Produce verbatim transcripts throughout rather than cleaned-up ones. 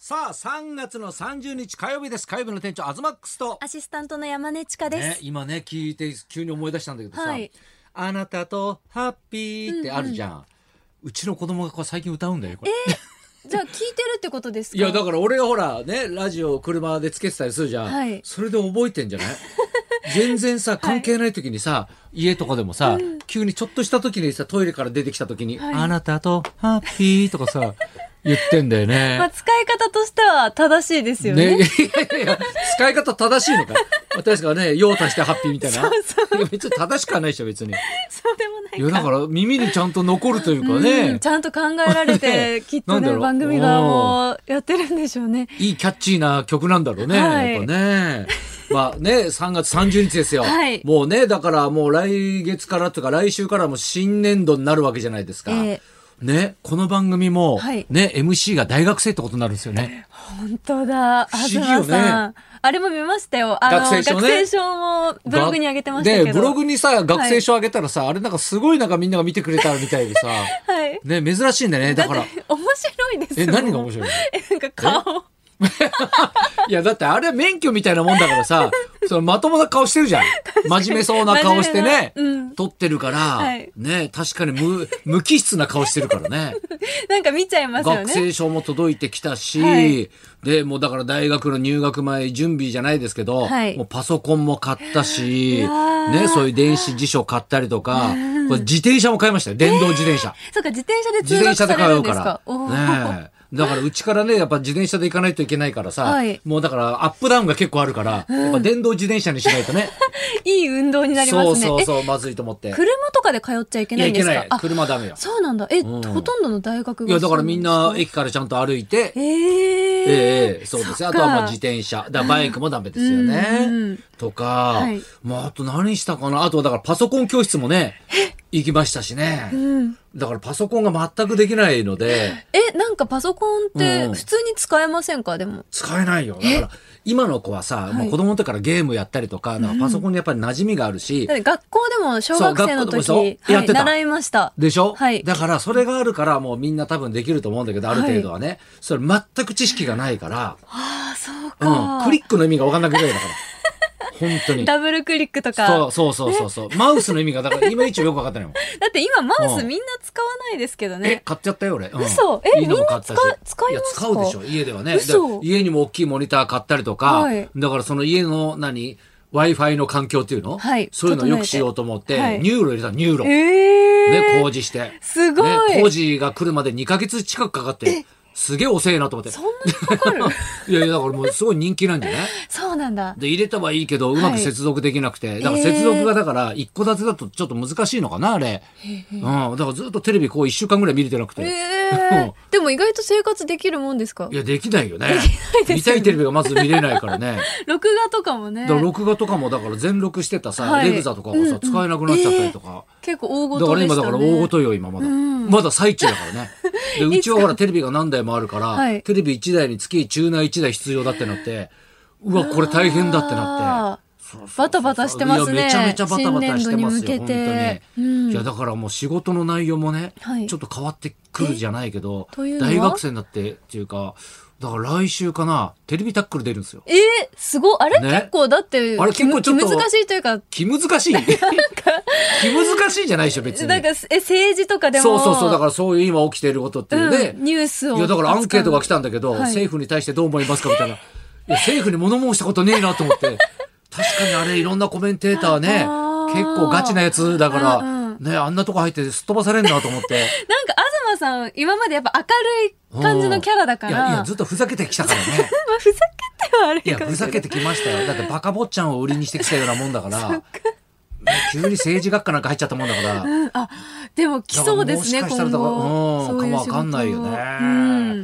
さあさんがつのさんじゅうにち火曜日です。火曜日の店長アズマックスとアシスタントの山根千佳です、 ね、今ね聞いて急に思い出したんだけどさ、 はい、 あなたとハッピーってあるじゃん、うんうん、うちの子供がこれ最近歌うんだよこれ、 えー、じゃあ聞いてるってことですか？ いやだから俺がほらねラジオ車でつけてたりするじゃん、はい、それで覚えてんじゃない全然さ関係ない時にさ、はい、家とかでもさ、うん、急にちょっとした時にさトイレから出てきた時に、はい、あなたとハッピーとかさ言ってんだよね。 まあ、使い方としては正しいですよね。 ねいやいや使い方正しいのか。確かね、用足してハッピーみたいな。そうそういや別に正しくはないでしょ別に。 そうでもないか。 いやだから耳にちゃんと残るというかね。 うんちゃんと考えられて、きっとね番組がもうやってるんでしょうね。 いいキャッチーな曲なんだろうね。はい、やっぱね。まあね、さんがつさんじゅうにちですよ、はい、もうねだからもう来月からというか来週からも新年度になるわけじゃないですか、えーね、この番組も、はい、ね、エムシー が大学生ってことになるんですよね。 本当だ、不思議よね。あれも見ましたよ。あの学生証ね、学生証もブログに上げてましたけど。 で、ブログにさ、学生証上げたらさ、はい、あれなんかすごいなんかみんなが見てくれたみたいでさ、はい、ね、珍しいんだね。だから。 面白いですよ。 え、何が面白いの？ え、なんか顔。 いやだってあれは免許みたいなもんだからさそのまともな顔してるじゃん。真面目そうな顔してね、うん、撮ってるから、はい、ね確かに 無, 無機質な顔してるからねなんか見ちゃいますよね。 学生証も届いてきたし、はい、でもうだから大学の入学前準備じゃないですけど、はい、もうパソコンも買ったし、ね、そういう電子辞書買ったりとか、これ自転車も買いましたよ。電動自転車、 えー、そうか自転車で通学されるんですか？ 自転車で買うからねだからうちからねやっぱ自転車で行かないといけないからさ、はい、もうだからアップダウンが結構あるから、うん、やっぱ電動自転車にしないとねいい運動になりますね。 そうそうそうまずいと思って。 車とかで通っちゃいけないんですか？いやいけない、 車ダメよ。 そうなんだ。え、うん、ほとんどの大学が。 いやだからみんな駅からちゃんと歩いて、 えー、 えー、そうです。あとはまあ自転車だからバイクもダメですよね、うん、とか、はい、まああと何したかな。あとはだからパソコン教室もね行きましたしね、うん、だからパソコンが全くできないので。 え、なんかパソコンって普通に使えませんか？でも使えないよ。だから今の子はさ、もう子供の時からゲームやったりとか、なんかパソコンにやっぱり馴染みがあるし、 うん、学校でも小学生の時、はい、やってた習いましたでしょ、 はい、 だからそれがあるからもうみんな多分できると思うんだけど、ある程度はね、はい、それ全く知識がないから、 ああそうか、 うん、クリックの意味が分かんなくなるだから本当にダブルクリックとか。 そうそうそうそうそう、ね、マウスの意味がだから今一応よく分かってないもんだって今マウスみんな使わないですけどね。 え買っちゃったよ俺、うん、 嘘。えいいのも買ったし、みんな使使いますか？ いや使うでしょ家ではね。家にも大きいモニター買ったりとか、はい、だからその家の何 Wi-Fi の環境っていうの、はい、そういうのをよくしようと思って、はい、ニューロ入れたニューロ、えー、ね工事してすごい、 ね、工事が来るまでにかげつ近くかかってすげえ遅えなと思って。 そんなにかかるいやいやだからもうすごい人気なんじゃないそうなんだ。 で入れたはいいけどうまく接続できなくて、はい、だから接続がだから一戸建てだとちょっと難しいのかなあれ、うん、だからずっとテレビこういっしゅうかんぐらい見れてなくて、 えー、でも意外と生活できるもんですか？ いやできないよね。できないですよね。見たいテレビがまず見れないからね録画とかもね。 だから録画とかもだから全録してたさ、はい、レグザとかがさ、うん、使えなくなっちゃったりとか、 えー、結構大ごとでしたね。 だから今だから大ごとよ今まだ、うん、まだ最中だからねでうちはほらテレビが何台もあるから、はい、テレビいちだいにつきチューナーいちだい必要だってなって、うわこれ大変だってなって、そうそうそうバタバタしてますね。 いやめちゃめちゃバタバタしてますよ新年度に向けて本当に、うん、いやだからもう仕事の内容もね、はい、ちょっと変わってくるじゃないけど、大学生になってっていうかだから来週かなテレビタックル出るんですよ。 えー、すごいあれ、ね、結構だってあれ結構ちょっと難しいというか気難しいなんか気難しいじゃないでしょ別に。 なんかえ政治とかでもそうそうそうだからそういう今起きていることっていうね、 うん、ニュースをいやだからアンケートが来たんだけど、はい、政府に対してどう思いますかみたいないや政府に物申したことねえなと思って確かにあれいろんなコメンテーターね結構ガチなやつだから、うんうん、ねあんなとこ入ってすっ飛ばされんなと思ってなんか東さん今までやっぱ明るい感じのキャラだから、 いやいやずっとふざけてきたからねまあふざけてはあるかもしれない。 いやふざけてきましたよ。だってバカ坊ちゃんを売りにしてきたようなもんだから急に政治学科なんか入っちゃったもんだから、 うん、あでも来そうですねもしかしたらだから今後うんかもわかんないよね、うん、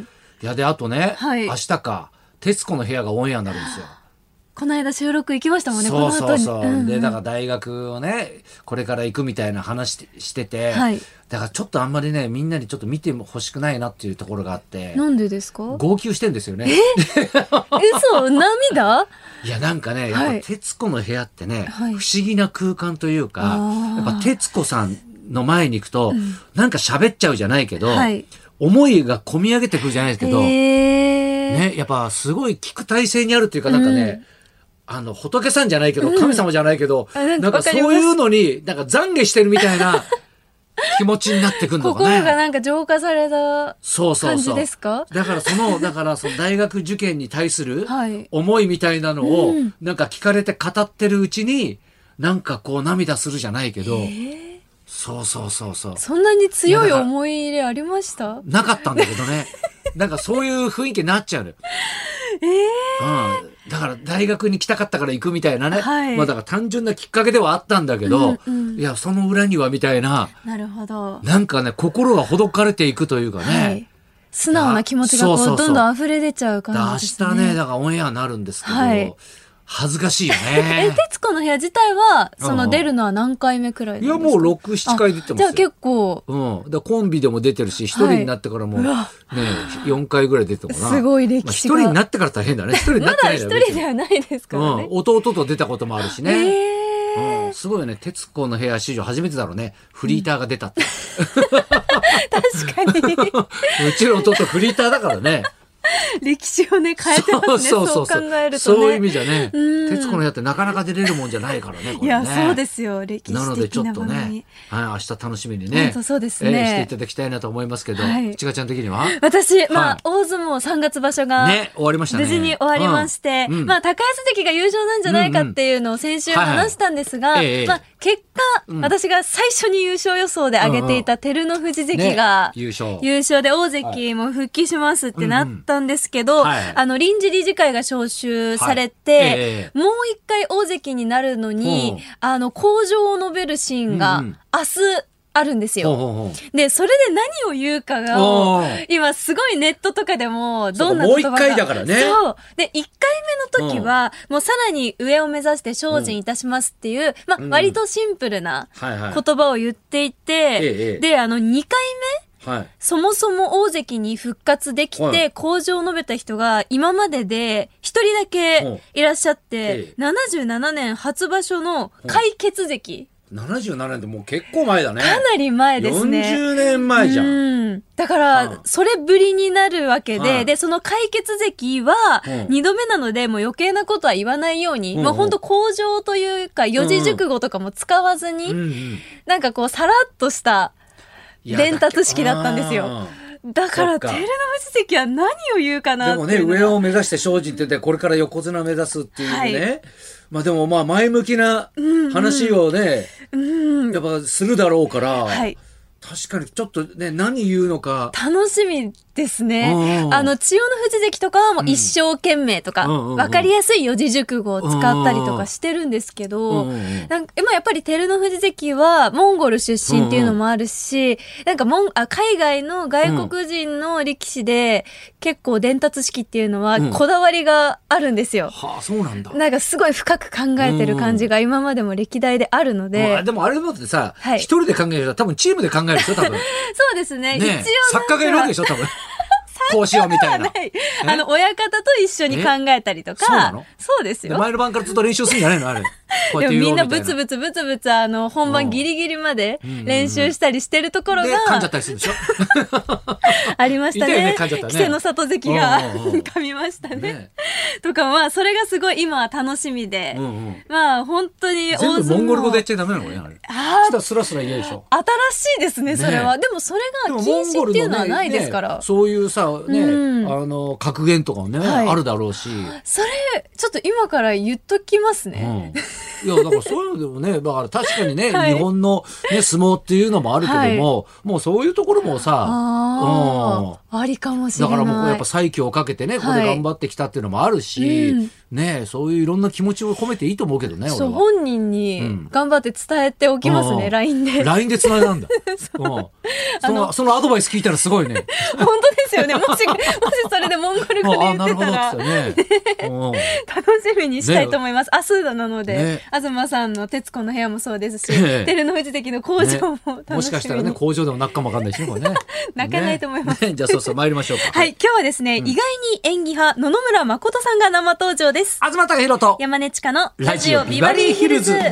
いやであとね、はい、明日か徹子の部屋がオンエアになるんですよ。 この間収録行きましたもんね。 そうそうそう、 この後に、うんうん、 でだから大学をねこれから行くみたいな話してしてて、はい、だからちょっとあんまりねみんなにちょっと見てほしくないなっていうところがあって。 なんでですか？ 号泣してんですよね。 え嘘涙いやなんかねやっぱ徹子の部屋ってね、はい、不思議な空間というか、やっぱ徹子さんの前に行くと、うん、なんか喋っちゃうじゃないけど、はい、思いが込み上げてくるじゃないですけど、 ね、やっぱすごい聞く体制にあるっていうか、なんかね、うん、あの仏さんじゃないけど神様じゃないけど、うん、なんかそういうのになんか懺悔してるみたいな気持ちになってくるのかね。 心がなんか浄化された感じですか？ そうそうそう。だからそのだからその大学受験に対する思いみたいなのをなんか聞かれて語ってるうちになんかこう涙するじゃないけど、えー、そうそうそうそう。 そんなに強い思い入れありました？ なかったんだけどね。なんかそういう雰囲気になっちゃうのよ。 えーうん、だから大学に来たかったから行くみたいなね、 はい、 まあだから単純なきっかけではあったんだけど、うんうん、いやその裏にはみたいな、 なるほど、 なんかね心がほどかれていくというかね、はい、 素直な気持ちがこうそうそうそうどんどん溢れ出ちゃう感じですね。 明日ねだからオンエアになるんですけど、はい、恥ずかしいよね。 え、徹子の部屋自体はその出るのは何回目くらいですか？ いやもうろく、ななかい出てますよ。 じゃあ結構、 うん、だコンビでも出てるし一人になってからも、はい、ねよんかいぐらい出てたかな。 すごい歴史が。 まあ、一人になってから大変だね。一人になってないまだ一人ではないですからね、 うん、弟と出たこともあるしね、 えーうん、すごいよね。徹子の部屋史上初めてだろうね、フリーターが出たって、 うん、確かにうちの弟フリーターだからね。 歴史をね変えてますね。そうそうそうそう、そう考えるとね。 そういう意味じゃね、徹子の部屋ってなかなか出れるもんじゃないからね。これね、 いやそうですよ、歴史的ななのでちょっとね、はい、明日楽しみにね、 そうですね、 えー、していただきたいなと思いますけど、はい、ちかちゃん的には私、まあ、はい、大相撲さんがつ場所がね終わりましたね。 無事に終わりまして、うん、まあ高安関が優勝なんじゃないかっていうのを先週話したんですが、はいはい、まあ結果、うん、私が最初に優勝予想で挙げていた照ノ富士関が、 ね、優勝優勝で大関も復帰しますってなったんですけど、はい、あの臨時理事会が招集されて、はいえー、もう一回大関になるのに、あの口上を述べるシーンが明日あるんですよ。ほうほうほう。で、それで何を言うかが、今すごいネットとかでも、どんな言葉が。もう一回だからね。そう。で、一回目の時は、もうさらに上を目指して精進いたしますっていう、うん、まあ、割とシンプルな言葉を言っていて、はいはい、で、あの、にかいめ、はい、そもそも大関に復活できて、口上を述べた人が今までで一人だけいらっしゃって、ななじゅうななねん初場所の解決関。 ななじゅうななねんってもう結構前だね。 かなり前ですね。 よんじゅうねんまえじゃん。 うん。だから、それぶりになるわけで、はあ、で、その解決関は、にどめなので、もう余計なことは言わないように、うん、もう本当口上というか、四字熟語とかも使わずに、うんうん、なんかこう、さらっとした伝達式だったんですよ。だから照ノ富士関は何を言うかなっていうの。 でもね、上を目指して精進って言ってこれから横綱目指すっていうね、はい、まあでもまあ前向きな話をね、うんうん、やっぱするだろうから、はい、確かにちょっとね何言うのか楽しみですね。あの千代の富士関とかはもう一生懸命とか、うん、分かりやすい四字熟語を使ったりとかしてるんですけど、うん、なんか今やっぱり照ノ富士関はモンゴル出身っていうのもあるし、うん、なんかモンあ海外の外国人の力士で結構伝達式っていうのはこだわりがあるんですよ。 うん、はあ、そうなんだ。 なんかすごい深く考えてる感じが今までも歴代であるので、 うん、でもあれもってさ、はい、一人で考えると多分チームで考えるでしょ多分。 そうですね。ね、一応作家がいるわけでしょ多分。こうしようみたいな。 あの親方と一緒に考えたりとか。そうなの？そうですよ。 前の晩からずっと練習するんじゃないのあれ。 でもみんなブツブツブツブツあの本番ギリギリまで練習したりしてるところが、 で噛んじゃったりするでしょ。 ありましたね。 ね、噛んじゃったね。 稀勢の里関が噛みましたね。ねとかまあそれがすごい今は楽しみで、うんうん、まあ本当に大相撲全部モンゴル語でやっちゃダメなのねあれ。ああ。スラスラ言うでしょ。 新しいですねそれは。ね、でもそれが禁止っていうのはないですから。 ね、そういうさね、うん、あの格言とかもね、はい、あるだろうし。 それちょっと今から言っときますね。 うん、いやだからそういうのでもね、だから確かにね、はい、日本の、ね、相撲っていうのもあるけども、はい、もうそういうところもさ、 あ、うん、ありかもしれない。 だからもうやっぱ再起をかけてね、ここで頑張ってきたっていうのもあるし、はいうん、ね、そういういろんな気持ちを込めていいと思うけどね。 そう、本人に頑張って伝えておきますね、うん、ライン で。 ライン で伝えたんだ。そう、うん、そのそのアドバイス聞いたらすごいね。 本当ですよね。もしもしそれでモンゴル語で言ってたら、ね、楽しみにしたいと思います。明日なので、ね、東さんの徹子の部屋もそうですし、ええ、照ノ富士関の工場も楽しみに、ね、 もしかしたらね工場でも泣くかもわかんないしねこれね。 泣かないと思います。 ねね、じゃあそうそう参りましょうか。 はい、今日はですね、うん、意外に演技派野々村誠さんが生登場です。 東貴博と山根千佳のラジオビバリーヒルズ。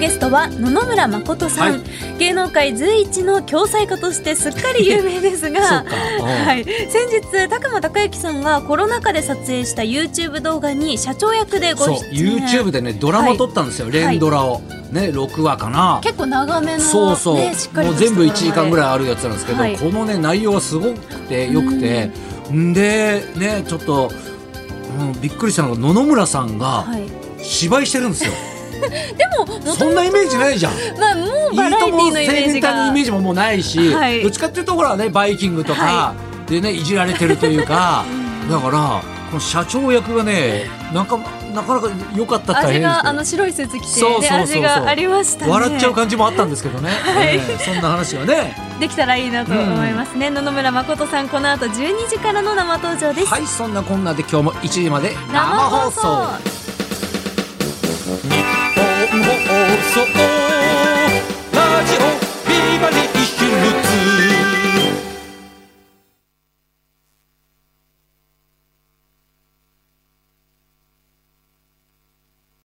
ゲストは野々村誠さん、はい、芸能界随一の共済家としてすっかり有名ですがはい、先日高間孝之さんがコロナ禍で撮影した YouTube 動画に社長役でご出演。そう YouTube でねドラマ撮ったんですよ、はい、連ドラを、ね、ろくわかな、 結構長めの、ね、 そうそう、 しっかりもう全部いちじかんぐらいあるやつなんですけど、はい、このね内容はすごくてよくて、んでねちょっと、うん、びっくりしたのが野々村さんが芝居してるんですよ、はい、 でもそんなイメージないじゃん。 まあ、もうバラエティのイメージがのイメージももうないし、はい、どっちかっていうとほらねバイキングとか、はい、でねいじられてるというかだからこの社長役がねなんかなかなか良かったって大変ですけど、味があの白いスーツ着てそうそうそうそう味がありましたね。 笑っちゃう感じもあったんですけどね、はいね、そんな話がねできたらいいなと思いますね、うん、野々村誠さんこの後じゅうにじからの生登場です。 はい、そんなこんなで今日もいちじまで生放送、日本放送ラジオ